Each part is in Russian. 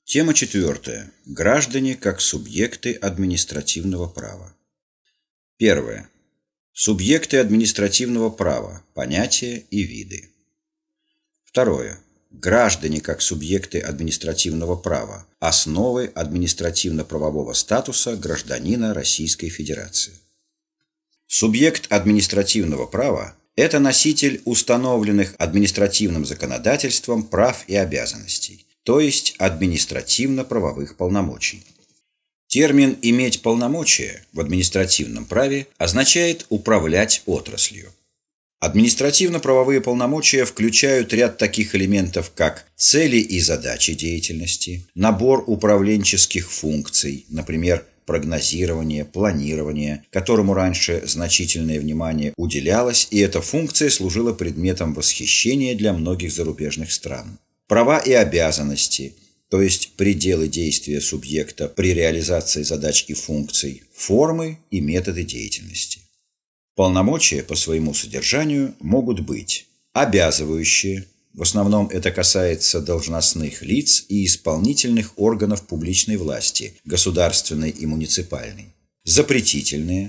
Тема 4. Граждане как субъекты административного права. Первое. Субъекты административного права. Понятия и виды. Второе. Граждане как субъекты административного права. Основы административно-правового статуса гражданина Российской Федерации. Субъект административного права – это носитель установленных административным законодательством прав и обязанностей, то есть административно-правовых полномочий. Термин «иметь полномочия» в административном праве означает управлять отраслью. Административно-правовые полномочия включают ряд таких элементов, как цели и задачи деятельности, набор управленческих функций, например, прогнозирование, планирование, которому раньше значительное внимание уделялось, и эта функция служила предметом восхищения для многих зарубежных стран. Права и обязанности, то есть пределы действия субъекта при реализации задач и функций, формы и методы деятельности. Полномочия по своему содержанию могут быть обязывающие, в основном это касается должностных лиц и исполнительных органов публичной власти, государственной и муниципальной, запретительные,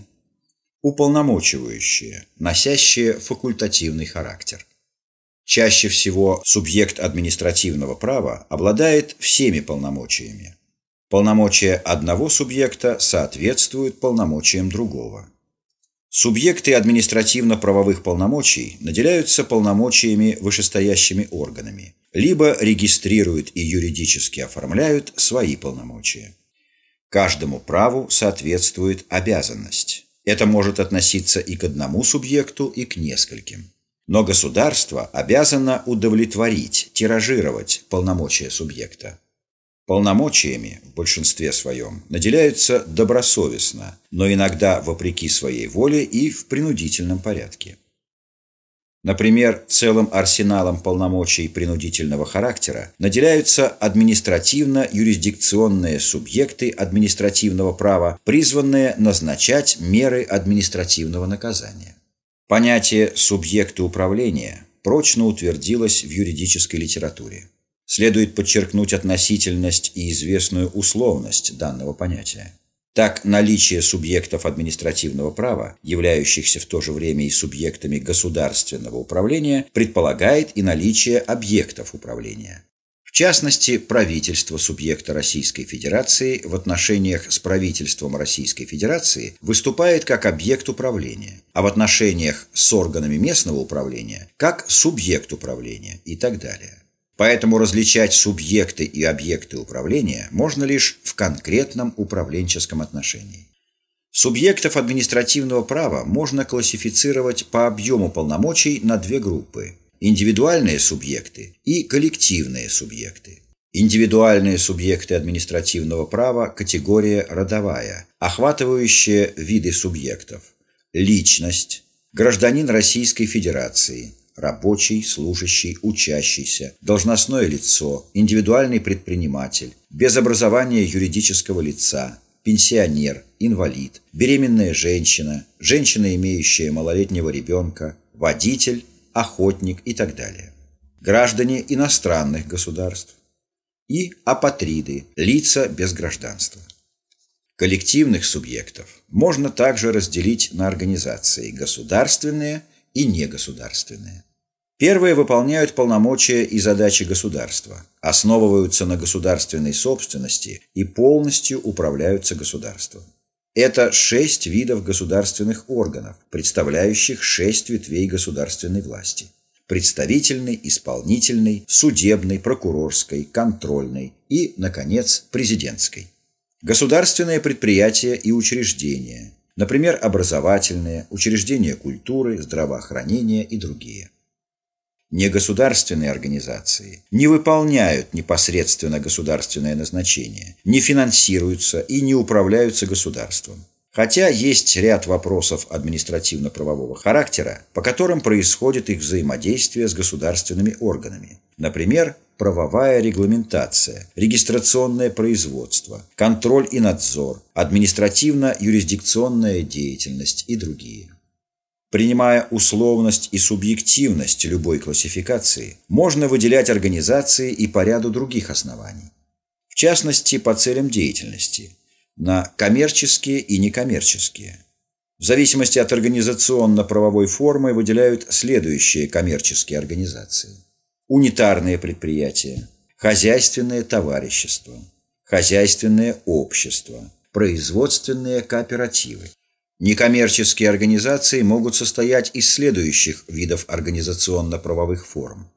уполномочивающие, носящие факультативный характер. Чаще всего субъект административного права обладает всеми полномочиями. Полномочия одного субъекта соответствуют полномочиям другого. Субъекты административно-правовых полномочий наделяются полномочиями вышестоящими органами, либо регистрируют и юридически оформляют свои полномочия. Каждому праву соответствует обязанность. Это может относиться и к одному субъекту, и к нескольким. Но государство обязано удовлетворить, тиражировать полномочия субъекта. Полномочиями в большинстве своем наделяются добросовестно, но иногда вопреки своей воле и в принудительном порядке. Например, целым арсеналом полномочий принудительного характера наделяются административно-юрисдикционные субъекты административного права, призванные назначать меры административного наказания. Понятие «субъекты управления» прочно утвердилось в юридической литературе. Следует подчеркнуть относительность и известную условность данного понятия. Так, наличие субъектов административного права, являющихся в то же время и субъектами государственного управления, предполагает и наличие объектов управления. В частности, правительство субъекта Российской Федерации в отношениях с правительством Российской Федерации выступает как объект управления, а в отношениях с органами местного управления – как субъект управления и так далее. Поэтому различать субъекты и объекты управления можно лишь в конкретном управленческом отношении. Субъектов административного права можно классифицировать по объему полномочий на две группы – индивидуальные субъекты и коллективные субъекты. Индивидуальные субъекты административного права – категория родовая, охватывающая виды субъектов – личность, гражданин Российской Федерации, рабочий, служащий, учащийся, должностное лицо, индивидуальный предприниматель, без образования юридического лица, пенсионер, инвалид, беременная женщина, женщина, имеющая малолетнего ребенка, водитель, охотник и так далее. Граждане иностранных государств и апатриды, лица без гражданства. Коллективных субъектов можно также разделить на организации государственные и негосударственные. Первые выполняют полномочия и задачи государства, основываются на государственной собственности и полностью управляются государством. Это 6 видов государственных органов, представляющих 6 ветвей государственной власти: представительной, исполнительной, судебной, прокурорской, контрольной и, наконец, президентской. Государственные предприятия и учреждения, например, образовательные, учреждения культуры, здравоохранения и другие. Негосударственные организации не выполняют непосредственно государственное назначение, не финансируются и не управляются государством. Хотя есть ряд вопросов административно-правового характера, по которым происходит их взаимодействие с государственными органами. Например, правовая регламентация, регистрационное производство, контроль и надзор, административно-юрисдикционная деятельность и другие. Принимая условность и субъективность любой классификации, можно выделять организации и по ряду других оснований. В в частности по целям деятельности, на коммерческие и некоммерческие. В зависимости от организационно-правовой формы выделяют следующие коммерческие организации: унитарные предприятия, хозяйственные товарищества, хозяйственные общества, производственные кооперативы. Некоммерческие организации могут состоять из следующих видов организационно-правовых форм: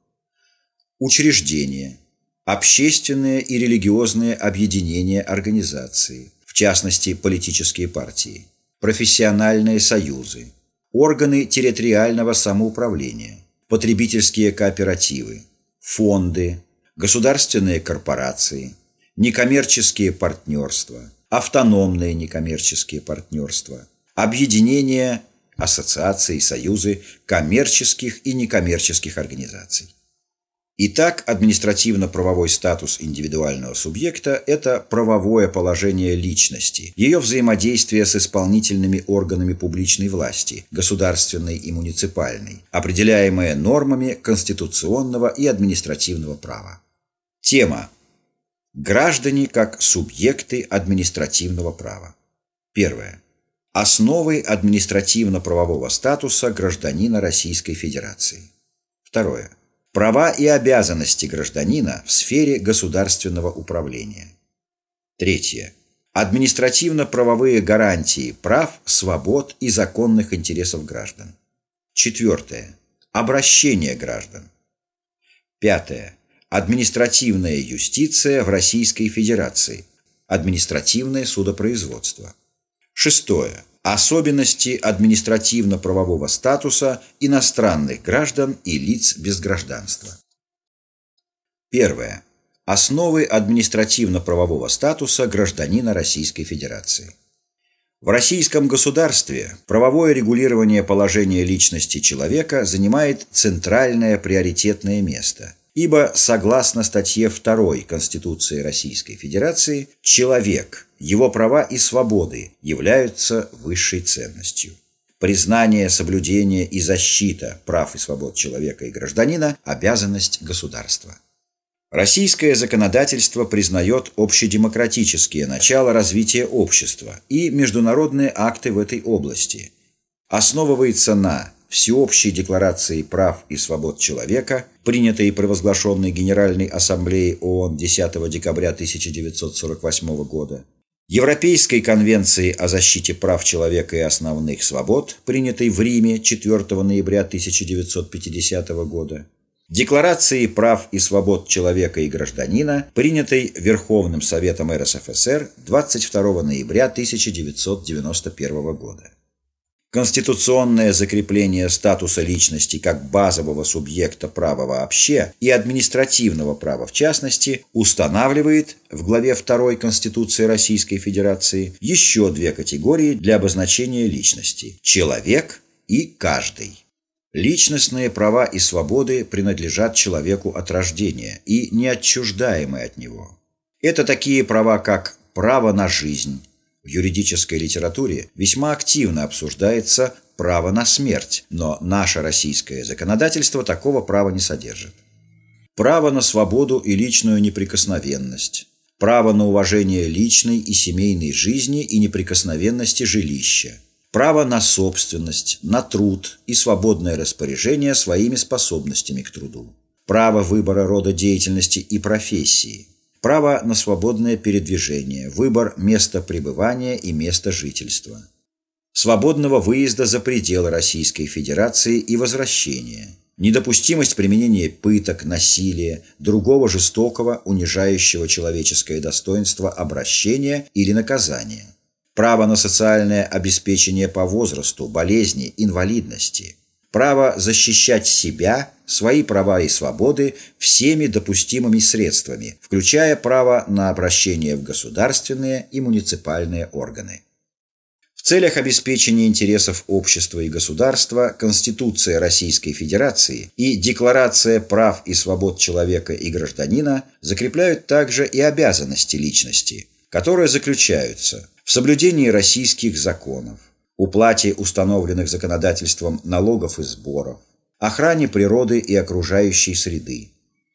учреждения, общественные и религиозные объединения организации, в частности политические партии, профессиональные союзы, органы территориального самоуправления, потребительские кооперативы, фонды, государственные корпорации, некоммерческие партнерства, автономные некоммерческие партнерства, объединения, ассоциации, союзы коммерческих и некоммерческих организаций. Итак, административно-правовой статус индивидуального субъекта – это правовое положение личности, ее взаимодействие с исполнительными органами публичной власти, государственной и муниципальной, определяемое нормами конституционного и административного права. Тема: граждане как субъекты административного права. Первое. Основы административно-правового статуса гражданина Российской Федерации. Второе. Права и обязанности гражданина в сфере государственного управления. Третье. Административно-правовые гарантии прав, свобод и законных интересов граждан. Четвертое. Обращение граждан. Пятое. Административная юстиция в Российской Федерации. Административное судопроизводство. Шестое. Особенности административно-правового статуса иностранных граждан и лиц без гражданства. Первое. Основы административно-правового статуса гражданина Российской Федерации. В российском государстве правовое регулирование положения личности человека занимает центральное приоритетное место, ибо, согласно статье 2 Конституции Российской Федерации, человек, его права и свободы являются высшей ценностью. Признание, соблюдение и защита прав и свобод человека и гражданина – обязанность государства. Российское законодательство признает общедемократические начала развития общества и международные акты в этой области. Основывается на Всеобщей декларации прав и свобод человека, принятой и провозглашенной Генеральной Ассамблеей ООН 10 декабря 1948 года, Европейской конвенции о защите прав человека и основных свобод, принятой в Риме 4 ноября 1950 года, Декларации прав и свобод человека и гражданина, принятой Верховным Советом РСФСР 22 ноября 1991 года. Конституционное закрепление статуса личности как базового субъекта права вообще и административного права в частности устанавливает в главе 2 Конституции Российской Федерации еще две категории для обозначения личности – человек и каждый. Личностные права и свободы принадлежат человеку от рождения и неотчуждаемы от него. Это такие права, как право на жизнь. В юридической литературе весьма активно обсуждается право на смерть, но наше российское законодательство такого права не содержит. Право на свободу и личную неприкосновенность. Право на уважение личной и семейной жизни и неприкосновенности жилища. Право на собственность, на труд и свободное распоряжение своими способностями к труду. Право выбора рода деятельности и профессии. Право на свободное передвижение, выбор места пребывания и места жительства. Свободного выезда за пределы Российской Федерации и возвращения. Недопустимость применения пыток, насилия, другого жестокого, унижающего человеческое достоинство обращения или наказания. Право на социальное обеспечение по возрасту, болезни, инвалидности. Право защищать себя, свои права и свободы всеми допустимыми средствами, включая право на обращение в государственные и муниципальные органы. В целях обеспечения интересов общества и государства Конституция Российской Федерации и Декларация прав и свобод человека и гражданина закрепляют также и обязанности личности, которые заключаются в соблюдении российских законов, уплате установленных законодательством налогов и сборов, охране природы и окружающей среды,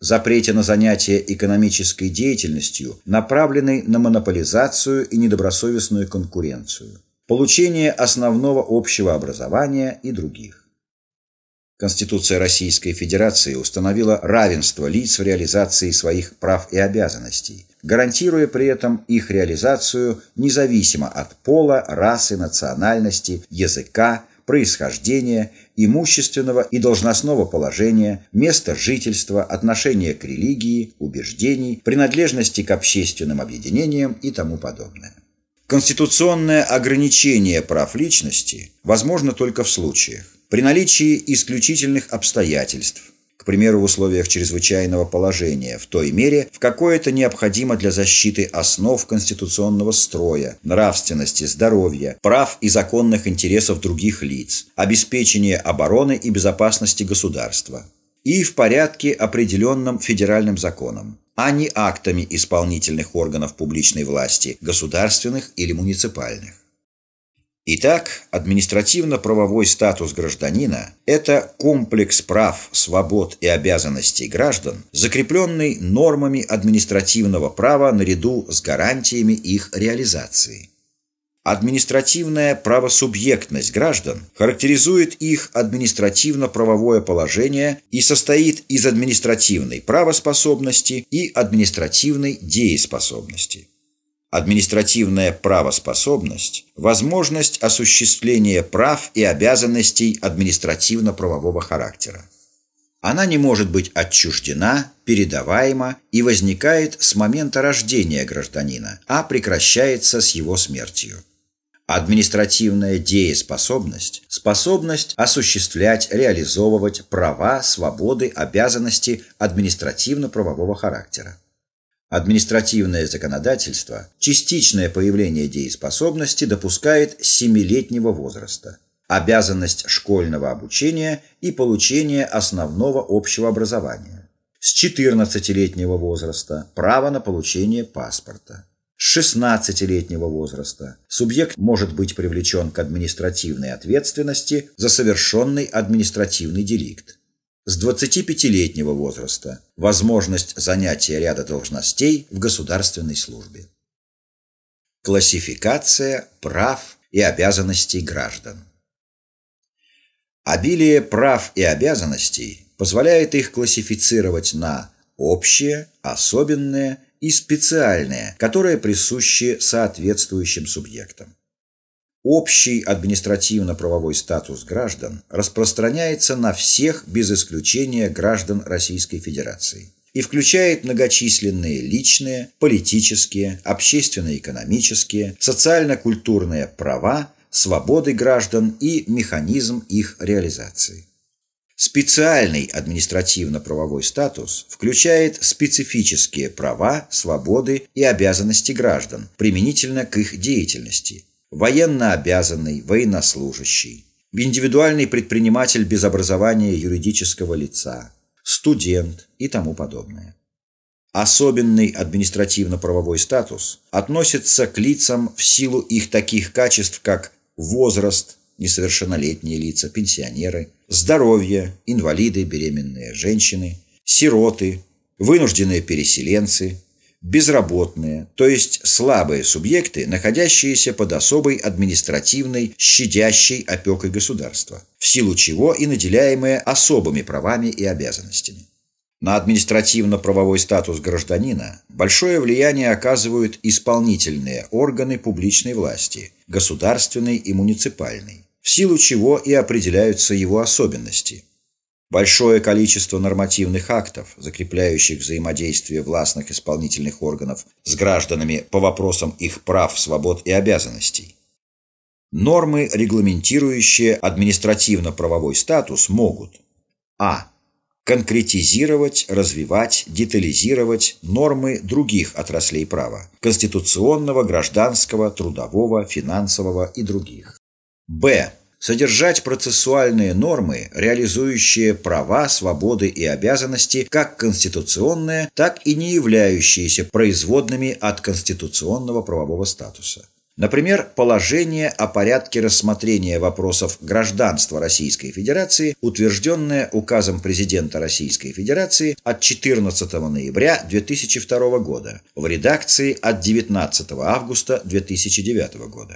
запрете на занятие экономической деятельностью, направленной на монополизацию и недобросовестную конкуренцию, получение основного общего образования и других. Конституция Российской Федерации установила равенство лиц в реализации своих прав и обязанностей, гарантируя при этом их реализацию независимо от пола, расы, национальности, языка, происхождения, имущественного и должностного положения, места жительства, отношения к религии, убеждений, принадлежности к общественным объединениям и тому подобное. Конституционное ограничение прав личности возможно только в случаях: при наличии исключительных обстоятельств, к примеру, в условиях чрезвычайного положения, в той мере, в какой это необходимо для защиты основ конституционного строя, нравственности, здоровья, прав и законных интересов других лиц, обеспечения обороны и безопасности государства, и в порядке, определенном федеральным законом, а не актами исполнительных органов публичной власти, государственных или муниципальных. Итак, административно-правовой статус гражданина – это комплекс прав, свобод и обязанностей граждан, закрепленный нормами административного права наряду с гарантиями их реализации. Административная правосубъектность граждан характеризует их административно-правовое положение и состоит из административной правоспособности и административной дееспособности. Административная правоспособность – возможность осуществления прав и обязанностей административно-правового характера. Она не может быть отчуждена, передаваема и возникает с момента рождения гражданина, а прекращается с его смертью. Административная дееспособность – способность осуществлять, реализовывать права, свободы, обязанности административно-правового характера. Административное законодательство частичное появление дееспособности допускает с 7-летнего возраста, обязанность школьного обучения и получения основного общего образования, с 14-летнего возраста право на получение паспорта, с 16-летнего возраста субъект может быть привлечен к административной ответственности за совершенный административный деликт. С 25-летнего возраста возможность занятия ряда должностей в государственной службе. Классификация прав и обязанностей граждан. Обилие прав и обязанностей позволяет их классифицировать на общее, особенное и специальное, которые присущи соответствующим субъектам. Общий административно-правовой статус граждан распространяется на всех без исключения граждан Российской Федерации и включает многочисленные личные, политические, общественно-экономические, социально-культурные права, свободы граждан и механизм их реализации. Специальный административно-правовой статус включает специфические права, свободы и обязанности граждан применительно к их деятельности: военнообязанный, военнослужащий, индивидуальный предприниматель без образования юридического лица, студент и тому подобное. Особенный административно-правовой статус относится к лицам в силу их таких качеств, как возраст, несовершеннолетние лица, пенсионеры, здоровье, инвалиды, беременные женщины, сироты, вынужденные переселенцы, безработные, то есть слабые субъекты, находящиеся под особой административной, щадящей опекой государства, в силу чего и наделяемые особыми правами и обязанностями. На административно-правовой статус гражданина большое влияние оказывают исполнительные органы публичной власти, государственной и муниципальной, в силу чего и определяются его особенности. Большое количество нормативных актов, закрепляющих взаимодействие властных исполнительных органов с гражданами по вопросам их прав, свобод и обязанностей. Нормы, регламентирующие административно-правовой статус, могут: а. конкретизировать, развивать, детализировать нормы других отраслей права – конституционного, гражданского, трудового, финансового и других. Б. Содержать процессуальные нормы, реализующие права, свободы и обязанности как конституционные, так и не являющиеся производными от конституционного правового статуса. Например, положение о порядке рассмотрения вопросов гражданства Российской Федерации, утвержденное указом президента Российской Федерации от 14 ноября 2002 года в редакции от 19 августа 2009 года.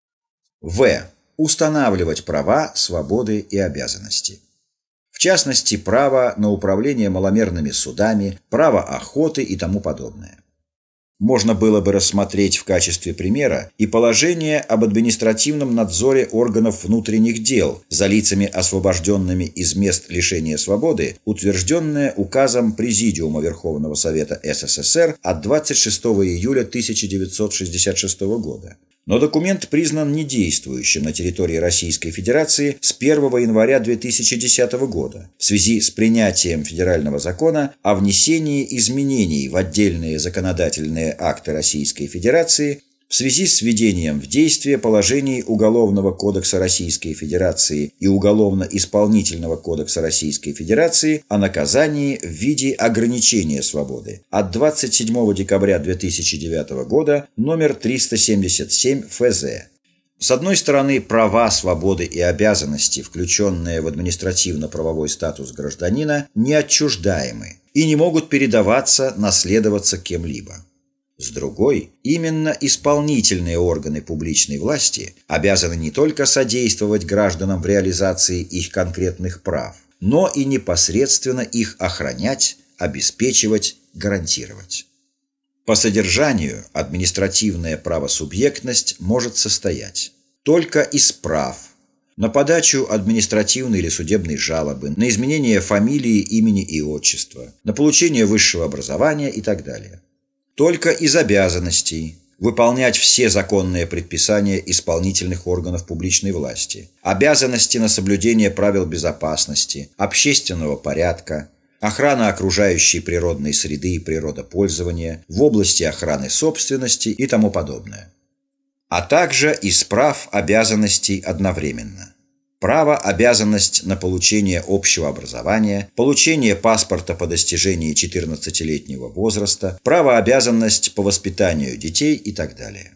В. Устанавливать права, свободы и обязанности. В частности, право на управление маломерными судами, право охоты и тому подобное. Можно было бы рассмотреть в качестве примера и положение об административном надзоре органов внутренних дел за лицами, освобожденными из мест лишения свободы, утвержденное указом Президиума Верховного Совета СССР от 26 июля 1966 года. Но документ признан недействующим на территории Российской Федерации с 1 января 2010 года в связи с принятием федерального закона о внесении изменений в отдельные законодательные акты Российской Федерации в связи с введением в действие положений Уголовного кодекса Российской Федерации и Уголовно-исполнительного кодекса Российской Федерации о наказании в виде ограничения свободы от 27 декабря 2009 года номер 377 ФЗ. С одной стороны, права, свободы и обязанности, включенные в административно-правовой статус гражданина, неотчуждаемы и не могут передаваться, наследоваться кем-либо. С другой, именно исполнительные органы публичной власти обязаны не только содействовать гражданам в реализации их конкретных прав, но и непосредственно их охранять, обеспечивать, гарантировать. По содержанию административная правосубъектность может состоять только из прав на подачу административной или судебной жалобы, на изменение фамилии, имени и отчества, на получение высшего образования и так далее. Только из обязанностей выполнять все законные предписания исполнительных органов публичной власти, обязанности на соблюдение правил безопасности, общественного порядка, охрана окружающей природной среды и природопользования в области охраны собственности и тому подобное. А также из прав обязанностей одновременно. Право-обязанность на получение общего образования, получение паспорта по достижении 14-летнего возраста, право-обязанность по воспитанию детей и так далее.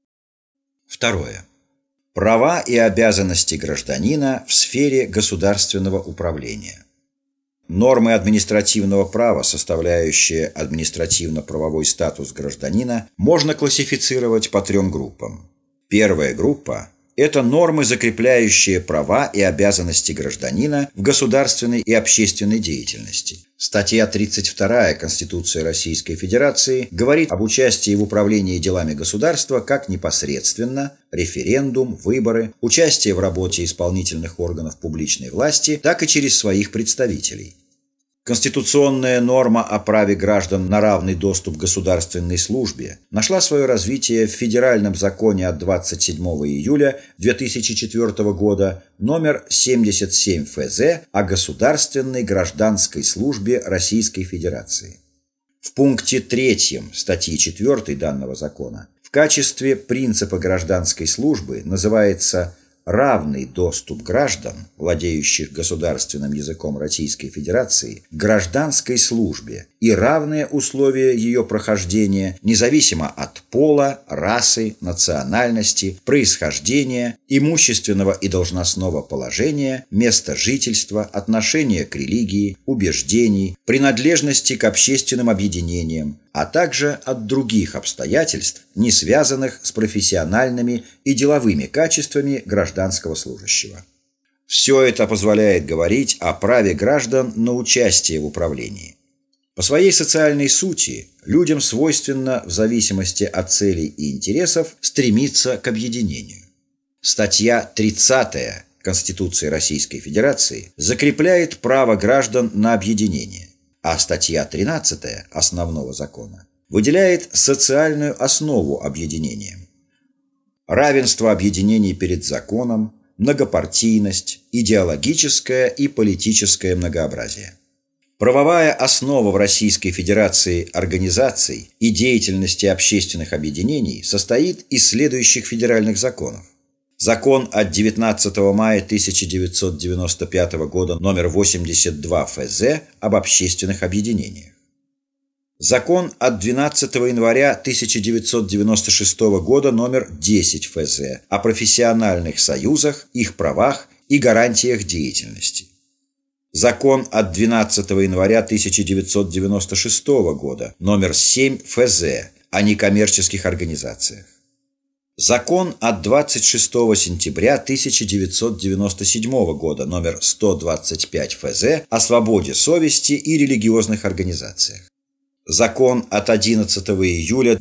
Второе. Права и обязанности гражданина в сфере государственного управления. Нормы административного права, составляющие административно-правовой статус гражданина, можно классифицировать по трем группам. Первая группа – это нормы, закрепляющие права и обязанности гражданина в государственной и общественной деятельности. Статья 32 Конституции Российской Федерации говорит об участии в управлении делами государства как непосредственно, референдум, выборы, участие в работе исполнительных органов публичной власти, так и через своих представителей. Конституционная норма о праве граждан на равный доступ к государственной службе нашла свое развитие в Федеральном законе от 27 июля 2004 года номер 77 ФЗ о государственной гражданской службе Российской Федерации. В пункте 3 статьи 4 данного закона в качестве принципа гражданской службы называется равный доступ граждан, владеющих государственным языком Российской Федерации, к гражданской службе и равные условия ее прохождения, независимо от пола, расы, национальности, происхождения, имущественного и должностного положения, места жительства, отношения к религии, убеждений, принадлежности к общественным объединениям, а также от других обстоятельств, не связанных с профессиональными и деловыми качествами гражданского служащего. Все это позволяет говорить о праве граждан на участие в управлении. По своей социальной сути людям свойственно, в зависимости от целей и интересов, стремиться к объединению. Статья 30 Конституции Российской Федерации закрепляет право граждан на объединение, а статья 13 Основного закона выделяет социальную основу объединения. Равенство объединений перед законом, многопартийность, идеологическое и политическое многообразие. Правовая основа в Российской Федерации организаций и деятельности общественных объединений состоит из следующих федеральных законов. Закон от 19 мая 1995 года номер 82 ФЗ об общественных объединениях. Закон от 12 января 1996 года номер 10 ФЗ о профессиональных союзах, их правах и гарантиях деятельности. Закон от 12 января 1996 года номер 7 ФЗ о некоммерческих организациях. Закон от 26 сентября 1997 года номер 125 ФЗ о свободе совести и религиозных организациях. Закон от 11 июля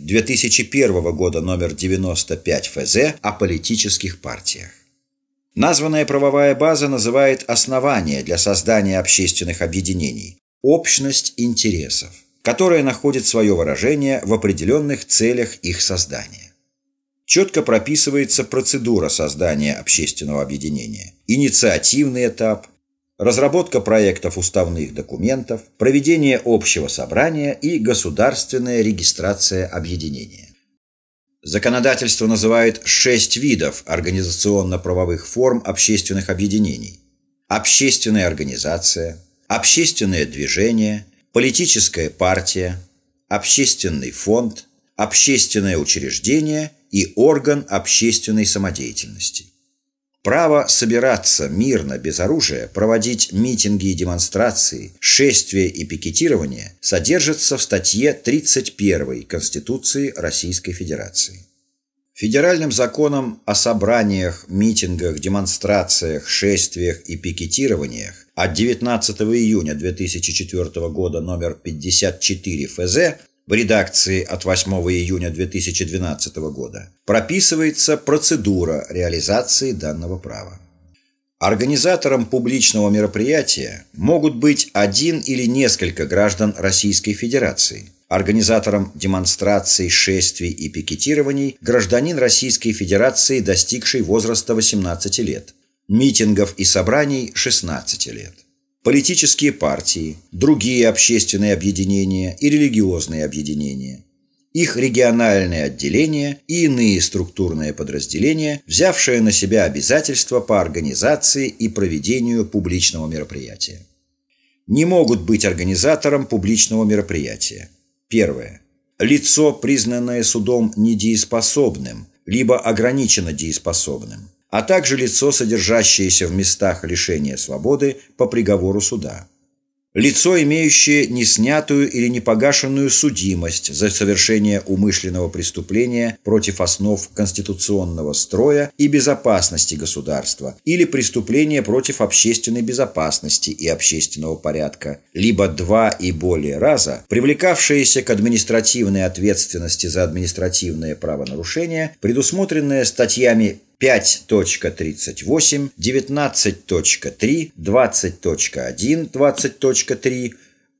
2001 года номер 95 ФЗ о политических партиях. Названная правовая база называет основания для создания общественных объединений – общность интересов, которая находит свое выражение в определенных целях их создания. Четко прописывается процедура создания общественного объединения, инициативный этап, разработка проектов уставных документов, проведение общего собрания и государственная регистрация объединения. Законодательство называет 6 видов организационно-правовых форм общественных объединений: общественная организация, общественное движение, политическая партия, общественный фонд, общественное учреждение и орган общественной самодеятельности. Право собираться мирно, без оружия, проводить митинги и демонстрации, шествия и пикетирование содержится в статье 31 Конституции Российской Федерации. Федеральным законом о собраниях, митингах, демонстрациях, шествиях и пикетированиях от 19 июня 2004 года номер 54 ФЗ в редакции от 8 июня 2012 года прописывается процедура реализации данного права. Организатором публичного мероприятия могут быть один или несколько граждан Российской Федерации. Организатором демонстраций, шествий и пикетирований – гражданин Российской Федерации, достигший возраста 18 лет, митингов и собраний – 16 лет. Политические партии, другие общественные объединения и религиозные объединения, их региональные отделения и иные структурные подразделения, взявшие на себя обязательства по организации и проведению публичного мероприятия. Не могут быть организатором публичного мероприятия: первое. Лицо, признанное судом недееспособным, либо ограниченно дееспособным, а также лицо, содержащееся в местах лишения свободы по приговору суда. Лицо, имеющее неснятую или непогашенную судимость за совершение умышленного преступления против основ конституционного строя и безопасности государства или преступления против общественной безопасности и общественного порядка, либо 2 и более раза привлекавшееся к административной ответственности за административное правонарушение, предусмотренное статьями 5.38, 19.3, 20.1, 20.3,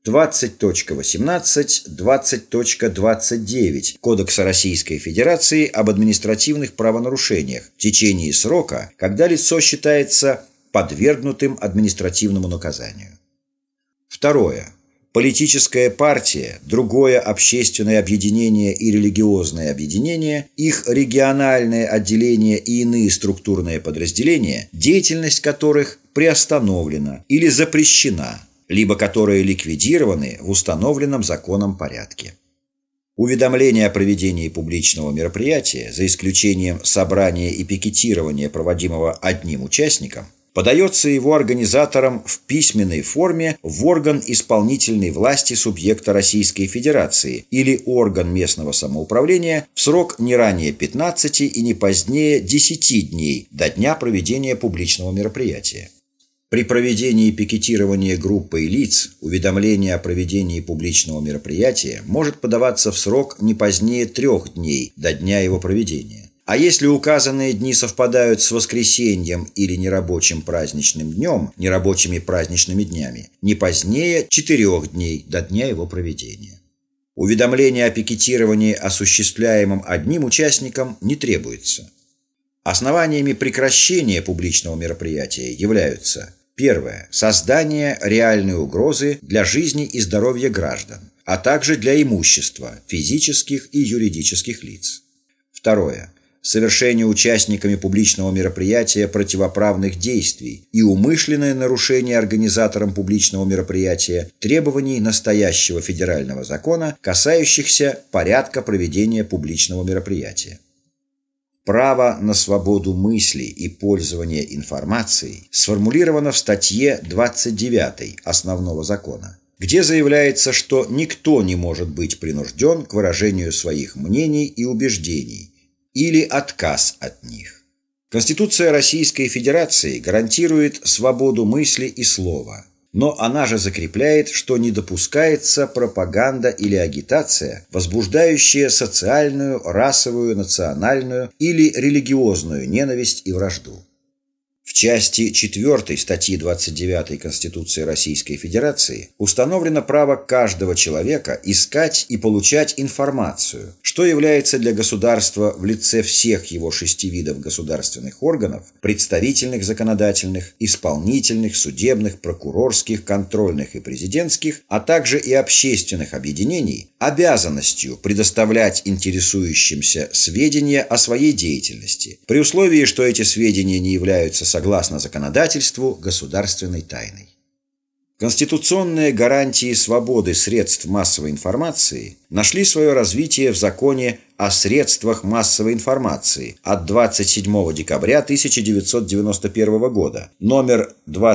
20.18, 20.29 Кодекса Российской Федерации об административных правонарушениях в течение срока, когда лицо считается подвергнутым административному наказанию. Второе. Политическая партия, другое общественное объединение и религиозное объединение, их региональные отделения и иные структурные подразделения, деятельность которых приостановлена или запрещена, либо которые ликвидированы в установленном законом порядке. Уведомление о проведении публичного мероприятия, за исключением собрания и пикетирования, проводимого одним участником, подается его организаторам в письменной форме в орган исполнительной власти субъекта Российской Федерации или орган местного самоуправления в срок не ранее 15 и не позднее 10 дней до дня проведения публичного мероприятия. При проведении пикетирования группой лиц уведомление о проведении публичного мероприятия может подаваться в срок не позднее 3 дней до дня его проведения. А если указанные дни совпадают с воскресеньем или нерабочим праздничным днем, нерабочими праздничными днями, не позднее 4 дней до дня его проведения. Уведомление о пикетировании, осуществляемом одним участником, не требуется. Основаниями прекращения публичного мероприятия являются: первое. Создание реальной угрозы для жизни и здоровья граждан, а также для имущества физических и юридических лиц. Второе. совершение участниками публичного мероприятия противоправных действий и умышленное нарушение организатором публичного мероприятия требований настоящего федерального закона, касающихся порядка проведения публичного мероприятия. Право на свободу мысли и пользования информацией сформулировано в статье 29 Основного закона, где заявляется, что никто не может быть принужден к выражению своих мнений и убеждений или отказ от них. Конституция Российской Федерации гарантирует свободу мысли и слова, но она же закрепляет, что не допускается пропаганда или агитация, возбуждающая социальную, расовую, национальную или религиозную ненависть и вражду. В части 4 статьи 29 Конституции Российской Федерации установлено право каждого человека искать и получать информацию, что является для государства в лице всех его 6 видов государственных органов – представительных, законодательных, исполнительных, судебных, прокурорских, контрольных и президентских, а также и общественных объединений – обязанностью предоставлять интересующимся сведения о своей деятельности, при условии, что эти сведения не являются согласно законодательству государственной тайной. Конституционные гарантии свободы средств массовой информации нашли свое развитие в Законе о средствах массовой информации от 27 декабря 1991 года, номер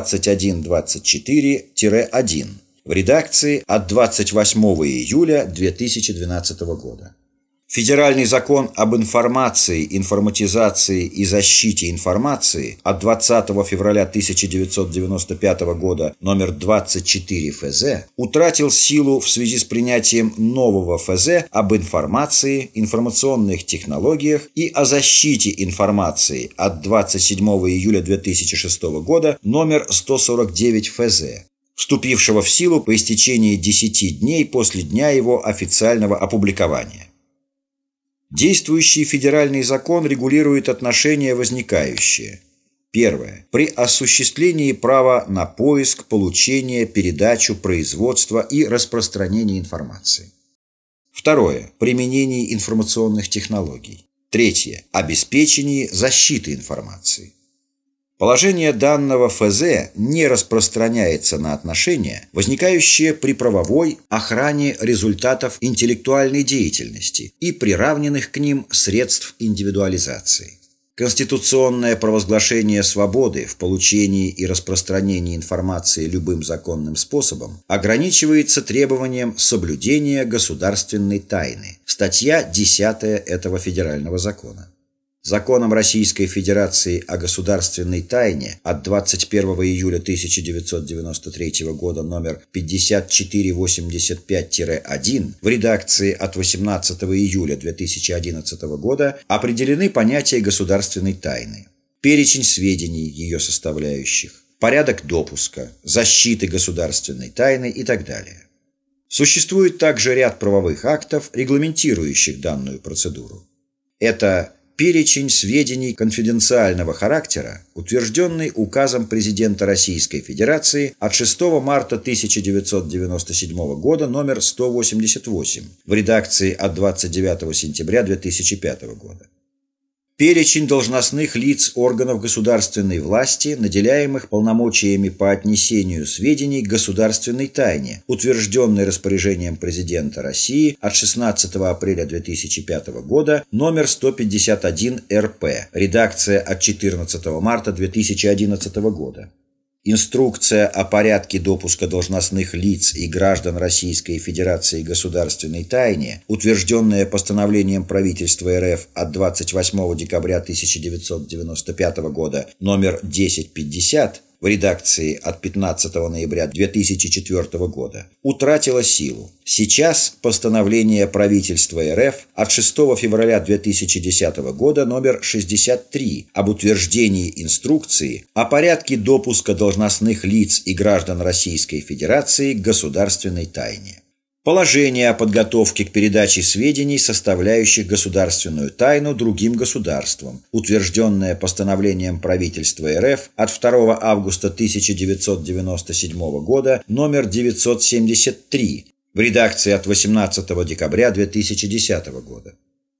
2124-1, в редакции от 28 июля 2012 года. Федеральный закон об информации, информатизации и защите информации от 20 февраля 1995 года номер 24 ФЗ утратил силу в связи с принятием нового ФЗ об информации, информационных технологиях и о защите информации от 27 июля 2006 года номер 149 ФЗ, вступившего в силу по истечении 10 дней после дня его официального опубликования. Действующий федеральный закон регулирует отношения, возникающие. Первое. При осуществлении права на поиск, получение, передачу, производство и распространение информации. Второе. Применение информационных технологий. Третье. Обеспечение защиты информации. Положение данного ФЗ не распространяется на отношения, возникающие при правовой охране результатов интеллектуальной деятельности и приравненных к ним средств индивидуализации. Конституционное провозглашение свободы в получении и распространении информации любым законным способом ограничивается требованием соблюдения государственной тайны. Статья 10 этого федерального закона. Законом Российской Федерации о государственной тайне от 21 июля 1993 года номер 5485-1 в редакции от 18 июля 2011 года определены понятия государственной тайны, перечень сведений, ее составляющих, порядок допуска, защиты государственной тайны и так далее. Существует также ряд правовых актов, регламентирующих данную процедуру. Это перечень сведений конфиденциального характера, утвержденный указом президента Российской Федерации от 6 марта 1997 года номер 188 в редакции от 29 сентября 2005 года. Перечень должностных лиц органов государственной власти, наделяемых полномочиями по отнесению сведений к государственной тайне, утвержденный распоряжением президента России от 16 апреля 2005 года номер 151 РП, редакция от 14 марта 2011 года. Инструкция о порядке допуска должностных лиц и граждан Российской Федерации к государственной тайне, утвержденная постановлением правительства РФ от 28 декабря 1995 года номер 1050 в редакции от 15 ноября 2004 года, утратила силу. Сейчас постановление правительства РФ от 6 февраля 2010 года номер 63 об утверждении инструкции о порядке допуска должностных лиц и граждан Российской Федерации к государственной тайне. Положение о подготовке к передаче сведений, составляющих государственную тайну другим государствам, утвержденное постановлением правительства РФ от 2 августа 1997 года номер 973 в редакции от 18 декабря 2010 года.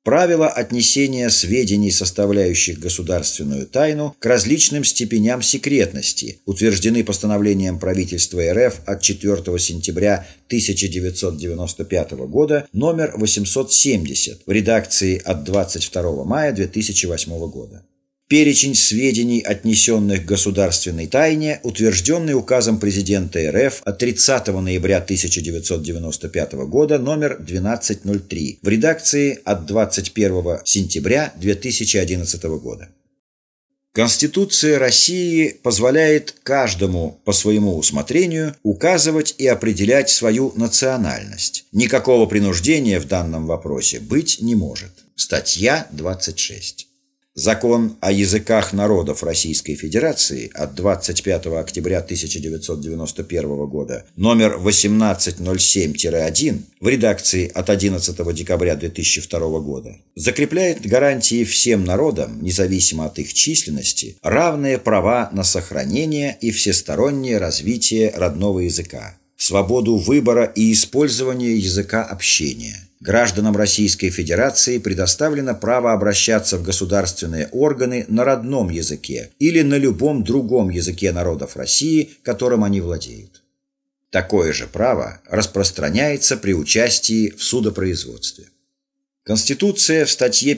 Правила отнесения сведений, составляющих государственную тайну, к различным степеням секретности утверждены постановлением правительства РФ от 4 сентября 1995 года номер 870 в редакции от 22 мая 2008 года. Перечень сведений, отнесенных к государственной тайне, утвержденный указом президента РФ от 30 ноября 1995 года номер 1203 в редакции от 21 сентября 2011 года. Конституция России позволяет каждому по своему усмотрению указывать и определять свою национальность. Никакого принуждения в данном вопросе быть не может. Статья 26. Закон о языках народов Российской Федерации от 25 октября 1991 года номер 1807-1 в редакции от 11 декабря 2002 года закрепляет гарантии всем народам, независимо от их численности, равные права на сохранение и всестороннее развитие родного языка, свободу выбора и использования языка общения. Гражданам Российской Федерации предоставлено право обращаться в государственные органы на родном языке или на любом другом языке народов России, которым они владеют. Такое же право распространяется при участии в судопроизводстве. Конституция в статье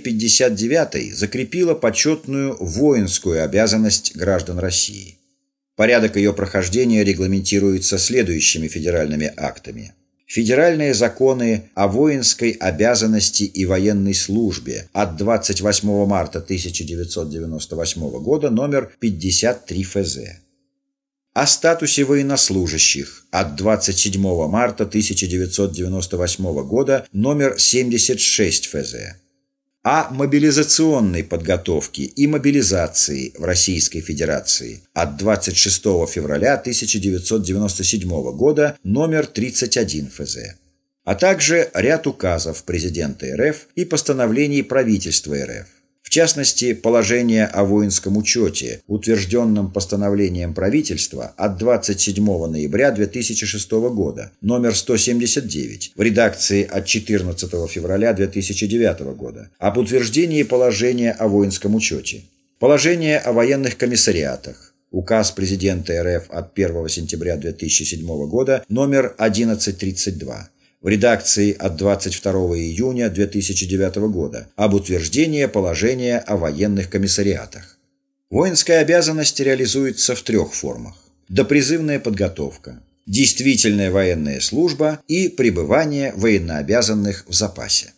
59 закрепила почетную воинскую обязанность граждан России. Порядок ее прохождения регламентируется следующими федеральными актами. Федеральные законы о воинской обязанности и военной службе от 28 марта 1998 года номер 53 ФЗ. О статусе военнослужащих от 27 марта 1998 года номер 76 ФЗ. О мобилизационной подготовке и мобилизации в Российской Федерации от 26 февраля 1997 года номер 31 ФЗ, а также ряд указов президента РФ и постановлений правительства РФ. В частности, положение о воинском учете, утвержденном постановлением правительства от 27 ноября 2006 года, номер 179, в редакции от 14 февраля 2009 года, об утверждении положения о воинском учете, положение о военных комиссариатах, указ президента РФ от 1 сентября 2007 года, номер 1132, в редакции от 22 июня 2009 года об утверждении положения о военных комиссариатах. Воинская обязанность реализуется в трех формах: допризывная подготовка, действительная военная служба и пребывание военнообязанных в запасе.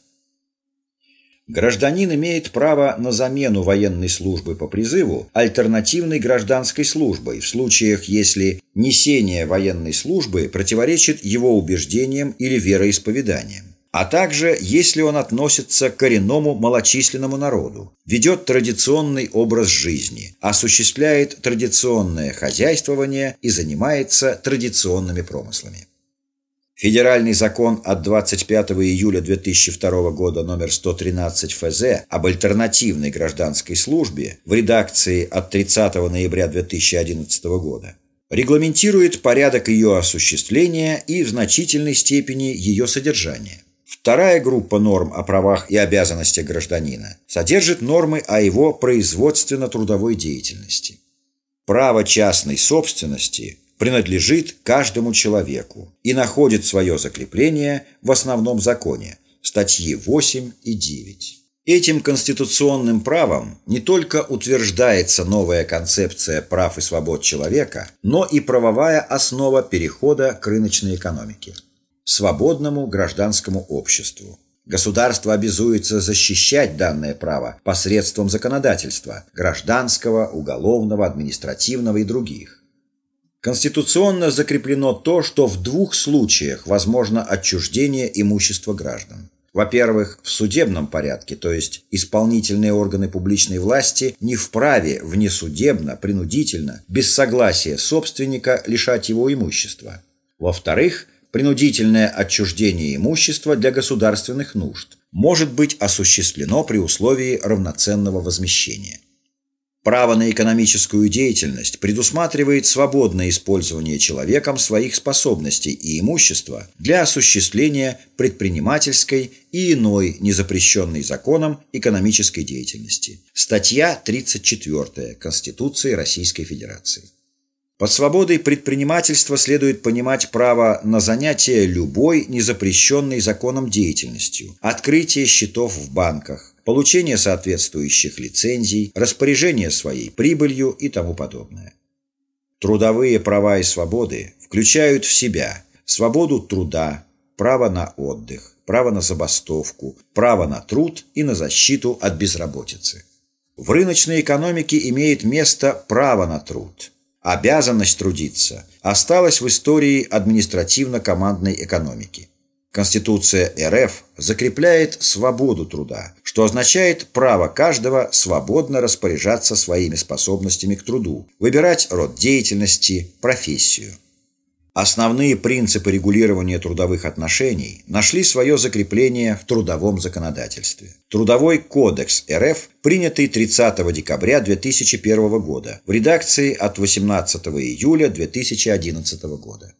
Гражданин имеет право на замену военной службы по призыву альтернативной гражданской службой в случаях, если несение военной службы противоречит его убеждениям или вероисповеданиям, а также если он относится к коренному малочисленному народу, ведет традиционный образ жизни, осуществляет традиционное хозяйствование и занимается традиционными промыслами. Федеральный закон от 25 июля 2002 года номер 113 ФЗ об альтернативной гражданской службе в редакции от 30 ноября 2011 года регламентирует порядок ее осуществления и в значительной степени ее содержание. Вторая группа норм о правах и обязанностях гражданина содержит нормы о его производственно-трудовой деятельности. Право частной собственности принадлежит каждому человеку и находит свое закрепление в основном законе, статьи 8 и 9. Этим конституционным правом не только утверждается новая концепция прав и свобод человека, но и правовая основа перехода к рыночной экономике, свободному гражданскому обществу. Государство обязуется защищать данное право посредством законодательства – гражданского, уголовного, административного и других. Конституционно закреплено то, что в двух случаях возможно отчуждение имущества граждан. Во-первых, в судебном порядке, то есть исполнительные органы публичной власти не вправе внесудебно, принудительно, без согласия собственника лишать его имущества. Во-вторых, принудительное отчуждение имущества для государственных нужд может быть осуществлено при условии равноценного возмещения. Право на экономическую деятельность предусматривает свободное использование человеком своих способностей и имущества для осуществления предпринимательской и иной незапрещенной законом экономической деятельности. Статья 34 Конституции Российской Федерации. Под свободой предпринимательства следует понимать право на занятие любой незапрещенной законом деятельностью, открытие счетов в банках, получение соответствующих лицензий, распоряжение своей прибылью и тому подобное. Трудовые права и свободы включают в себя свободу труда, право на отдых, право на забастовку, право на труд и на защиту от безработицы. В рыночной экономике имеет место право на труд. Обязанность трудиться осталась в истории административно-командной экономики. Конституция РФ закрепляет свободу труда, что означает право каждого свободно распоряжаться своими способностями к труду, выбирать род деятельности, профессию. Основные принципы регулирования трудовых отношений нашли свое закрепление в трудовом законодательстве. Трудовой кодекс РФ, принятый 30 декабря 2001 года, в редакции от 18 июля 2011 года.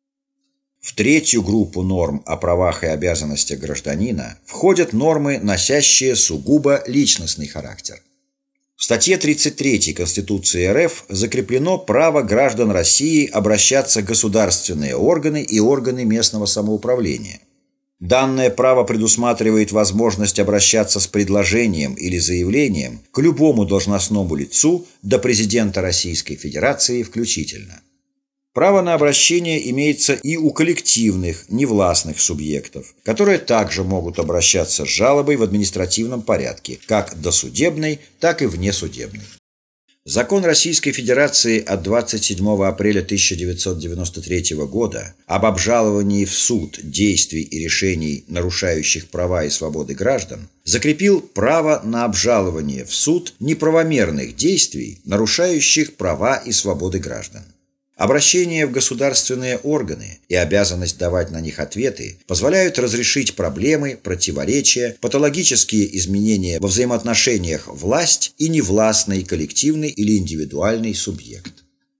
В третью группу норм о правах и обязанностях гражданина входят нормы, носящие сугубо личностный характер. В статье 33 Конституции РФ закреплено право граждан России обращаться в государственные органы и органы местного самоуправления. Данное право предусматривает возможность обращаться с предложением или заявлением к любому должностному лицу до президента Российской Федерации включительно. Право на обращение имеется и у коллективных, невластных субъектов, которые также могут обращаться с жалобой в административном порядке, как досудебной, так и внесудебной. Закон Российской Федерации от 27 апреля 1993 года об обжаловании в суд действий и решений, нарушающих права и свободы граждан, закрепил право на обжалование в суд неправомерных действий, нарушающих права и свободы граждан. Обращение в государственные органы и обязанность давать на них ответы позволяют разрешить проблемы, противоречия, патологические изменения во взаимоотношениях власть и невластный коллективный или индивидуальный субъект.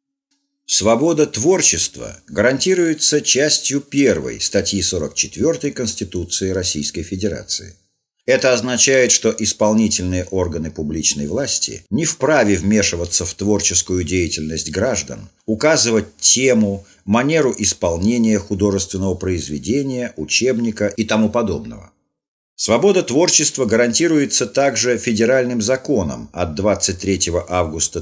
Свобода творчества гарантируется частью 1 статьи 44 Конституции Российской Федерации. Это означает, что исполнительные органы публичной власти не вправе вмешиваться в творческую деятельность граждан, указывать тему, манеру исполнения художественного произведения, учебника и тому подобного. Свобода творчества гарантируется также федеральным законом от 23 августа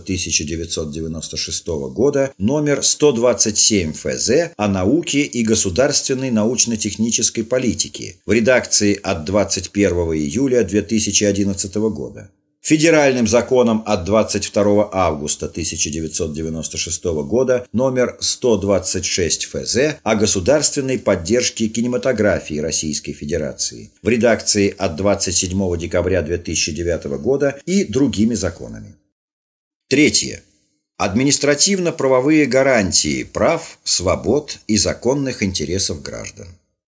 1996 года номер 127 ФЗ о науке и государственной научно-технической политике в редакции от 21 июля 2011 года. Федеральным законом от 22 августа 1996 года номер 126 ФЗ о государственной поддержке кинематографии Российской Федерации в редакции от 27 декабря 2009 года и другими законами. Третье. Административно-правовые гарантии прав, свобод и законных интересов граждан.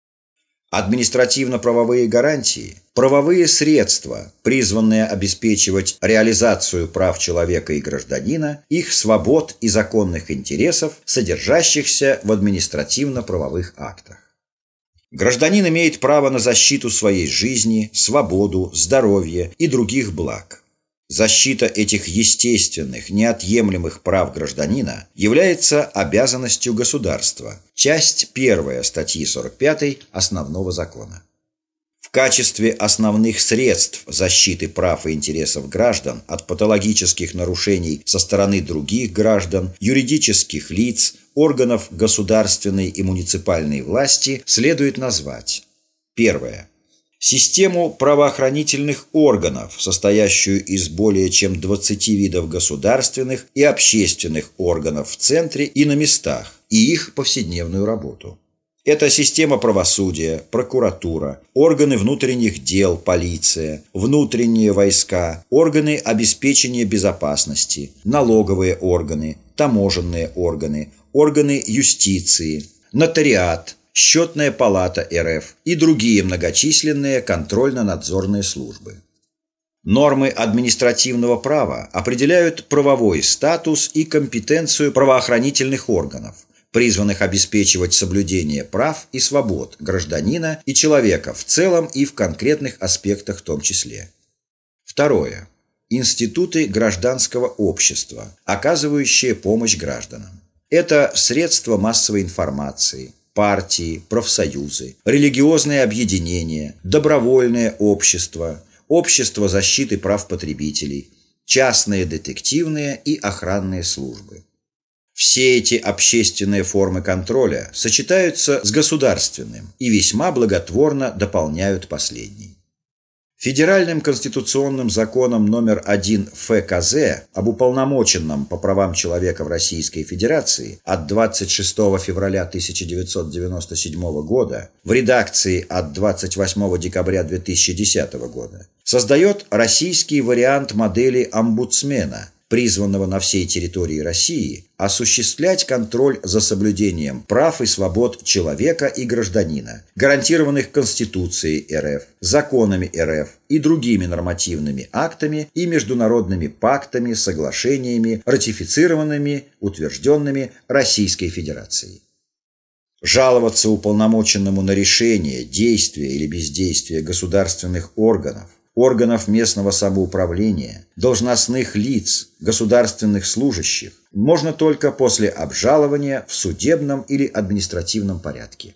Административно-правовые гарантии – правовые средства, призванные обеспечивать реализацию прав человека и гражданина, их свобод и законных интересов, содержащихся в административно-правовых актах. Гражданин имеет право на защиту своей жизни, свободу, здоровье и других благ. Защита этих естественных, неотъемлемых прав гражданина является обязанностью государства, часть 1 статьи 45 Основного закона. В качестве основных средств защиты прав и интересов граждан от патологических нарушений со стороны других граждан, юридических лиц, органов государственной и муниципальной власти следует назвать: первое. Систему правоохранительных органов, состоящую из более чем 20 видов государственных и общественных органов в центре и на местах, и их повседневную работу. Это система правосудия, прокуратура, органы внутренних дел, полиция, внутренние войска, органы обеспечения безопасности, налоговые органы, таможенные органы, органы юстиции, нотариат, Счетная палата РФ и другие многочисленные контрольно-надзорные службы. Нормы административного права определяют правовой статус и компетенцию правоохранительных органов, призванных обеспечивать соблюдение прав и свобод гражданина и человека в целом и в конкретных аспектах в том числе. Второе. Институты гражданского общества, оказывающие помощь гражданам. Это средства массовой информации, партии, профсоюзы, религиозные объединения, добровольное общество, общество защиты прав потребителей, частные детективные и охранные службы. Все эти общественные формы контроля сочетаются с государственным и весьма благотворно дополняют последний. Федеральным конституционным законом номер 1 ФКЗ об уполномоченном по правам человека в Российской Федерации от 26 февраля 1997 года в редакции от 28 декабря 2010 года создает российский вариант модели омбудсмена, призванного на всей территории России осуществлять контроль за соблюдением прав и свобод человека и гражданина, гарантированных Конституцией РФ, законами РФ и другими нормативными актами и международными пактами, соглашениями, ратифицированными, утвержденными Российской Федерацией. Жаловаться уполномоченному на решение, действия или бездействие государственных органов местного самоуправления, должностных лиц, государственных служащих можно только после обжалования в судебном или административном порядке.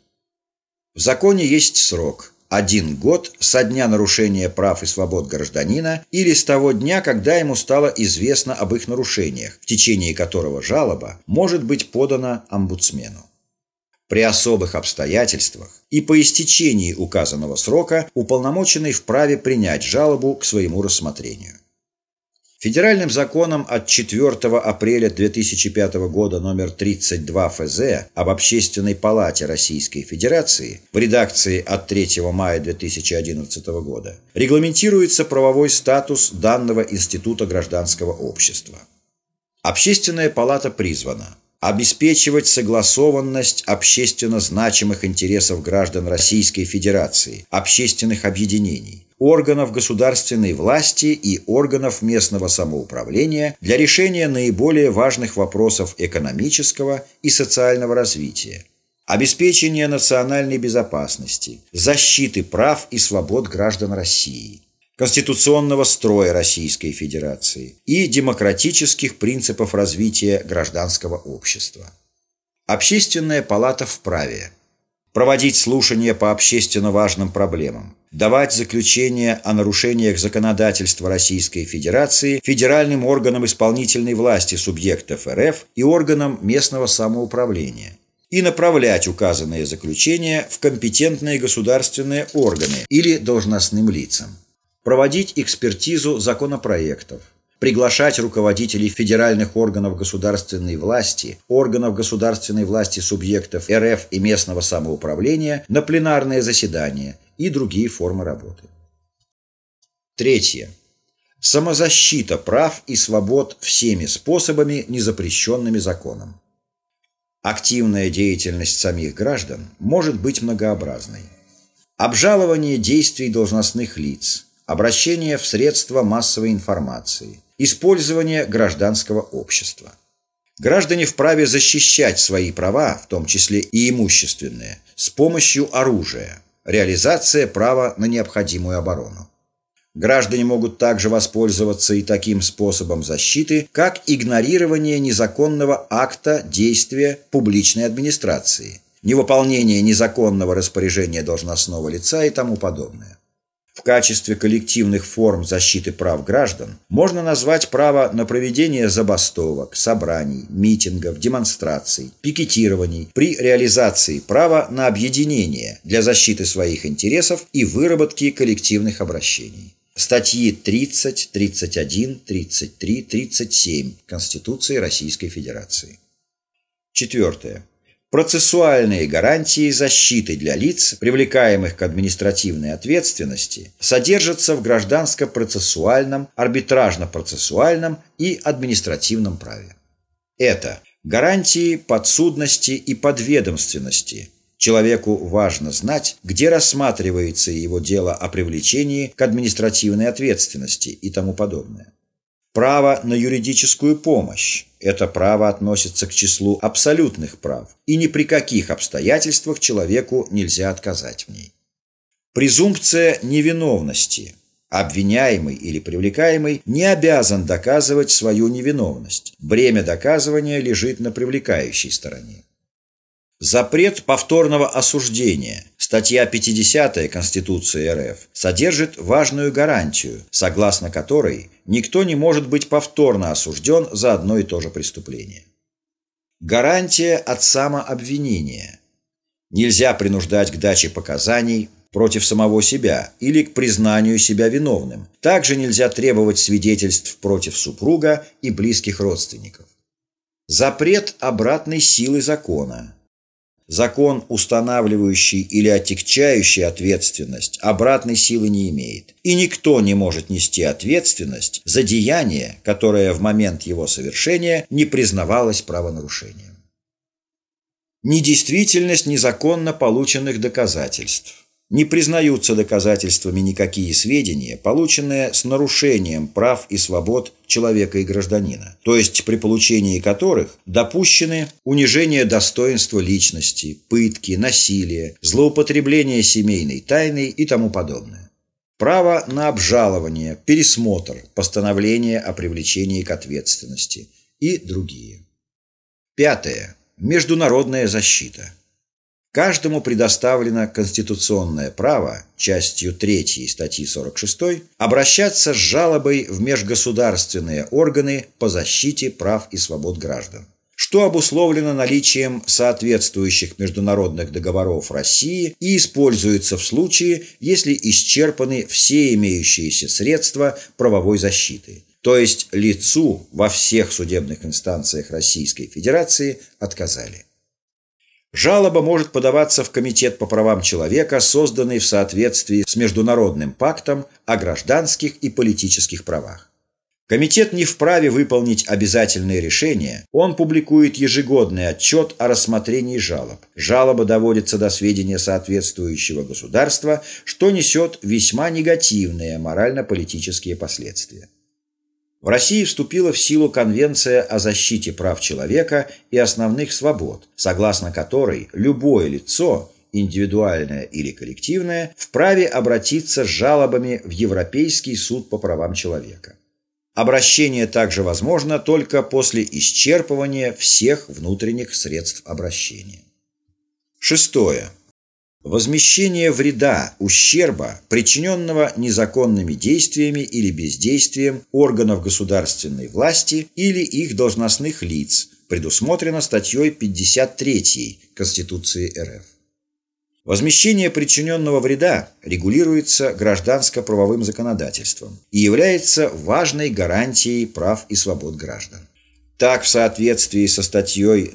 В законе есть срок – 1 год со дня нарушения прав и свобод гражданина или с того дня, когда ему стало известно об их нарушениях, в течение которого жалоба может быть подана омбудсмену. При особых обстоятельствах и по истечении указанного срока уполномоченный вправе принять жалобу к своему рассмотрению. Федеральным законом от 4 апреля 2005 года номер 32 ФЗ об Общественной палате Российской Федерации в редакции от 3 мая 2011 года регламентируется правовой статус данного института гражданского общества. Общественная палата призвана обеспечивать согласованность общественно значимых интересов граждан Российской Федерации, общественных объединений, органов государственной власти и органов местного самоуправления для решения наиболее важных вопросов экономического и социального развития, обеспечения национальной безопасности, защиты прав и свобод граждан России, конституционного строя Российской Федерации и демократических принципов развития гражданского общества. Общественная палата вправе проводить слушания по общественно важным проблемам, давать заключения о нарушениях законодательства Российской Федерации федеральным органам исполнительной власти субъектов РФ и органам местного самоуправления и направлять указанные заключения в компетентные государственные органы или должностным лицам, проводить экспертизу законопроектов, приглашать руководителей федеральных органов государственной власти, органов государственной власти субъектов РФ и местного самоуправления на пленарные заседания и другие формы работы. Третье. Самозащита прав и свобод всеми способами, незапрещенными законом. Активная деятельность самих граждан может быть многообразной. Обжалование действий должностных лиц, обращение в средства массовой информации, использование гражданского общества. Граждане вправе защищать свои права, в том числе и имущественные, с помощью оружия, реализация права на необходимую оборону. Граждане могут также воспользоваться и таким способом защиты, как игнорирование незаконного акта действия публичной администрации, невыполнение незаконного распоряжения должностного лица и тому подобное. В качестве коллективных форм защиты прав граждан можно назвать право на проведение забастовок, собраний, митингов, демонстраций, пикетирований при реализации права на объединение для защиты своих интересов и выработки коллективных обращений. Статьи 30, 31, 33, 37 Конституции Российской Федерации. Четвертое. Процессуальные гарантии защиты для лиц, привлекаемых к административной ответственности, содержатся в гражданско-процессуальном, арбитражно-процессуальном и административном праве. Это гарантии подсудности и подведомственности, Человеку важно знать, где рассматривается его дело о привлечении к административной ответственности и тому подобное. Право на юридическую помощь – это право относится к числу абсолютных прав, и ни при каких обстоятельствах человеку нельзя отказать в ней. Презумпция невиновности. Обвиняемый или привлекаемый не обязан доказывать свою невиновность. Бремя доказывания лежит на привлекающей стороне. Запрет повторного осуждения. Статья 50 Конституции РФ содержит важную гарантию, согласно которой никто не может быть повторно осужден за одно и то же преступление. Гарантия от самообвинения. Нельзя принуждать к даче показаний против самого себя или к признанию себя виновным. Также нельзя требовать свидетельств против супруга и близких родственников. Запрет обратной силы закона. Закон, устанавливающий или отягчающий ответственность, обратной силы не имеет, и никто не может нести ответственность за деяние, которое в момент его совершения не признавалось правонарушением. Недействительность незаконно полученных доказательств. Не признаются доказательствами никакие сведения, полученные с нарушением прав и свобод человека и гражданина, то есть при получении которых допущены унижение достоинства личности, пытки, насилие, злоупотребление семейной тайной и тому подобное. Право на обжалование, пересмотр, постановление о привлечении к ответственности и другие. 5. Международная защита. Каждому предоставлено конституционное право, частью 3 статьи 46, обращаться с жалобой в межгосударственные органы по защите прав и свобод граждан, что обусловлено наличием соответствующих международных договоров России и используется в случае, если исчерпаны все имеющиеся средства правовой защиты, то есть лицу во всех судебных инстанциях Российской Федерации отказали. Жалоба может подаваться в Комитет по правам человека, созданный в соответствии с Международным пактом о гражданских и политических правах. Комитет не вправе выполнить обязательные решения, он публикует ежегодный отчет о рассмотрении жалоб. Жалоба доводится до сведения соответствующего государства, что несет весьма негативные морально-политические последствия. В России вступила в силу Конвенция о защите прав человека и основных свобод, согласно которой любое лицо, индивидуальное или коллективное, вправе обратиться с жалобами в Европейский суд по правам человека. Обращение также возможно только после исчерпывания всех внутренних средств обращения. 6. Возмещение вреда, ущерба, причиненного незаконными действиями или бездействием органов государственной власти или их должностных лиц, предусмотрено статьей 53 Конституции РФ. Возмещение причиненного вреда регулируется гражданско-правовым законодательством и является важной гарантией прав и свобод граждан. Так, в соответствии со статьей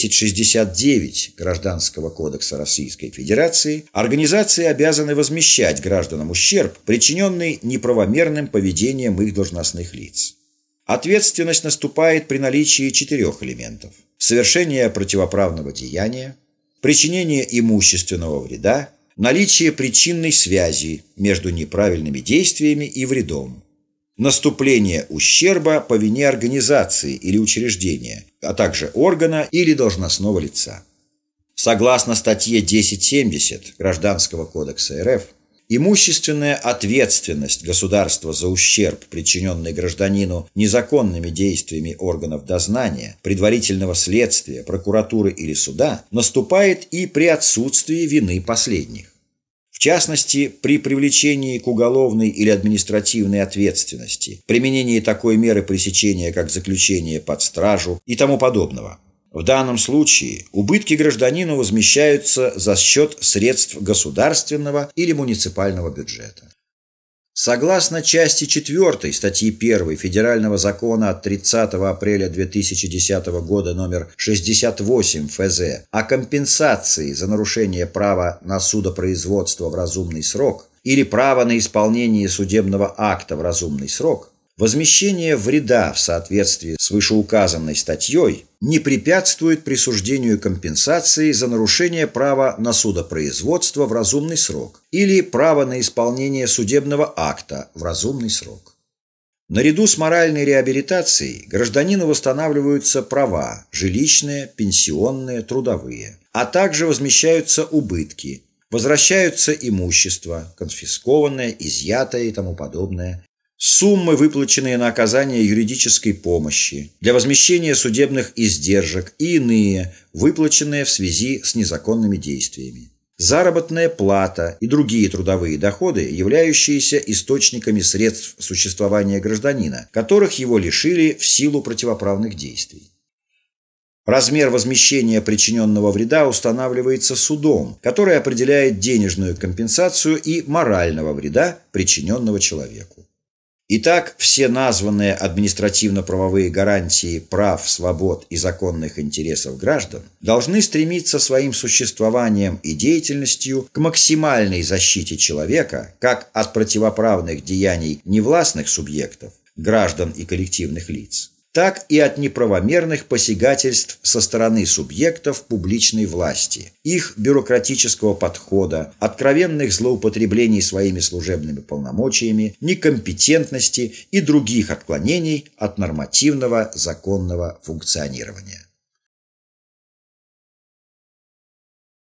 1069 Гражданского кодекса Российской Федерации, организации обязаны возмещать гражданам ущерб, причиненный неправомерным поведением их должностных лиц. Ответственность наступает при наличии 4 элементов: совершение противоправного деяния, причинение имущественного вреда, наличие причинной связи между неправильными действиями и вредом, наступление ущерба по вине организации или учреждения, а также органа или должностного лица. Согласно статье 1070 Гражданского кодекса РФ, имущественная ответственность государства за ущерб, причиненный гражданину незаконными действиями органов дознания, предварительного следствия, прокуратуры или суда, наступает и при отсутствии вины последних. В частности, при привлечении к уголовной или административной ответственности, применении такой меры пресечения, как заключение под стражу и тому подобного. В данном случае убытки гражданину возмещаются за счет средств государственного или муниципального бюджета. Согласно части 4 статьи 1 Федерального закона от 30 апреля 2010 года номер 68 ФЗ о компенсации за нарушение права на судопроизводство в разумный срок или право на исполнение судебного акта в разумный срок, Возмещение вреда в соответствии с вышеуказанной статьей не препятствует присуждению компенсации за нарушение права на судопроизводство в разумный срок или права на исполнение судебного акта в разумный срок. Наряду с моральной реабилитацией гражданину восстанавливаются права – жилищные, пенсионные, трудовые, а также возмещаются убытки, возвращаются имущество, конфискованное, изъятое и тому подобное, суммы, выплаченные на оказание юридической помощи, для возмещения судебных издержек и иные, выплаченные в связи с незаконными действиями. Заработная плата и другие трудовые доходы, являющиеся источниками средств существования гражданина, которых его лишили в силу противоправных действий. Размер возмещения причиненного вреда устанавливается судом, который определяет денежную компенсацию и морального вреда, причиненного человеку. Итак, все названные административно-правовые гарантии прав, свобод и законных интересов граждан должны стремиться своим существованием и деятельностью к максимальной защите человека как от противоправных деяний невластных субъектов, граждан и коллективных лиц, так и от неправомерных посягательств со стороны субъектов публичной власти, их бюрократического подхода, откровенных злоупотреблений своими служебными полномочиями, некомпетентности и других отклонений от нормативного законного функционирования.